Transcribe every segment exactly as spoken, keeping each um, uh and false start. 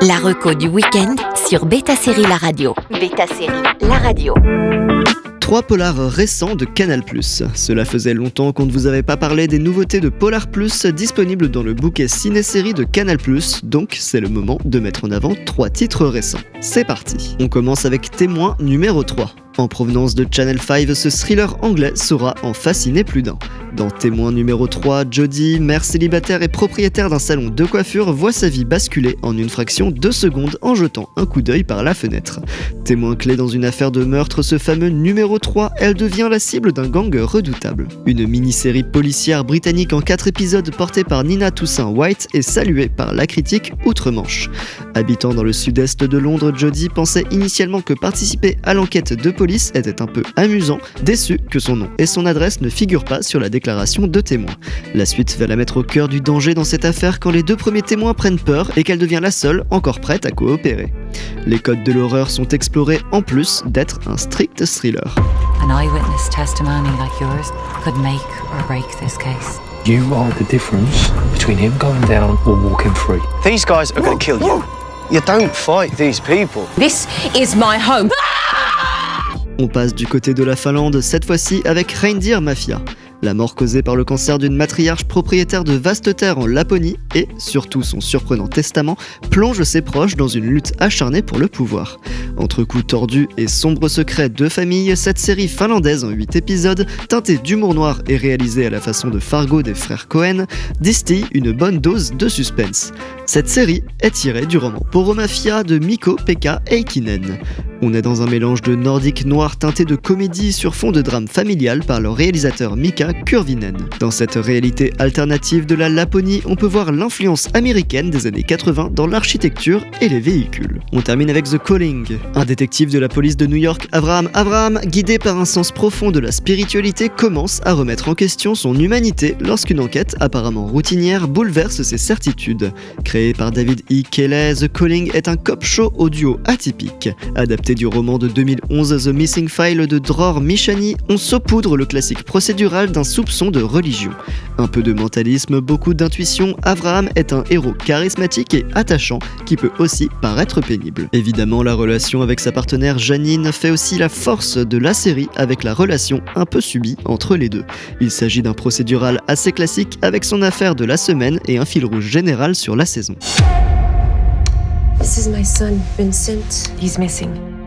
La reco du week-end sur Beta Série La Radio. Beta Série La Radio. Trois polars récents de Canal plus. Cela faisait longtemps qu'on ne vous avait pas parlé des nouveautés de Polar plus disponibles dans le bouquet ciné-série de Canal plus, donc c'est le moment de mettre en avant trois titres récents. C'est parti. On commence avec Témoin numéro trois. En provenance de Channel cinq, ce thriller anglais saura en fasciner plus d'un. Dans Témoin numéro trois, Jodie, mère célibataire et propriétaire d'un salon de coiffure, voit sa vie basculer en une fraction de seconde en jetant un coup d'œil par la fenêtre. Témoin clé dans une affaire de meurtre, ce fameux numéro trois, elle devient la cible d'un gang redoutable. Une mini-série policière britannique en quatre épisodes portée par Nina Toussaint-White et saluée par la critique outre-Manche. Habitant dans le sud-est de Londres, Jodie pensait initialement que participer à l'enquête de police était un peu amusant, déçu que son nom et son adresse ne figurent pas sur la déclaration de témoin. La suite va la mettre au cœur du danger dans cette affaire quand les deux premiers témoins prennent peur et qu'elle devient la seule encore prête à coopérer. Les codes de l'horreur sont explorés en plus d'être un strict thriller. An eyewitness testimony like yours could make or break this case. You are the difference between him going down or walking free. These guys are going to kill you. You don't fight these people. This is my home. On passe du côté de la Finlande, cette fois-ci avec Reindeer Mafia. La mort causée par le cancer d'une matriarche propriétaire de vastes terres en Laponie et, surtout son surprenant testament, plonge ses proches dans une lutte acharnée pour le pouvoir. Entre coups tordus et sombres secrets de famille, cette série finlandaise en huit épisodes, teintée d'humour noir et réalisée à la façon de Fargo des frères Cohen, distille une bonne dose de suspense. Cette série est tirée du roman Poromafia de Mikko-Pekka Heikkinen. On est dans un mélange de nordique noir teinté de comédie sur fond de drame familial par le réalisateur Mika Kurvinen. Dans cette réalité alternative de la Laponie, on peut voir l'influence américaine des années quatre-vingts dans l'architecture et les véhicules. On termine avec The Calling. Un détective de la police de New York, Avraham Avraham, guidé par un sens profond de la spiritualité, commence à remettre en question son humanité lorsqu'une enquête apparemment routinière bouleverse ses certitudes. Créé par David E. Kelley, The Calling est un cop show audio atypique. Adapté du roman de deux mille onze The Missing File de Dror Michani, on saupoudre le classique procédural d'un soupçon de religion. Un peu de mentalisme, beaucoup d'intuition, Avraham est un héros charismatique et attachant qui peut aussi paraître pénible. Évidemment, la relation avec sa partenaire Janine fait aussi la force de la série avec la relation un peu subie entre les deux. Il s'agit d'un procédural assez classique avec son affaire de la semaine et un fil rouge général sur la saison. This is my son, Vincent. He's missing.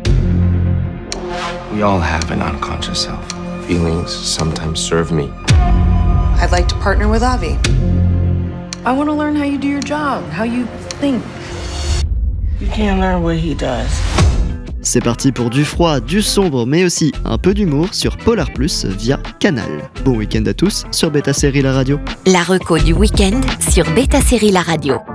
We all have an unconscious self. Feelings sometimes serve me. I'd like to partner with Avi. I want to learn how you do your job, how you think. You can't learn what he does. C'est parti pour du froid, du sombre, mais aussi un peu d'humour sur Polar plus via Canal. Bon week-end à tous sur Beta Série La Radio. La reco du week-end sur Beta Série La Radio.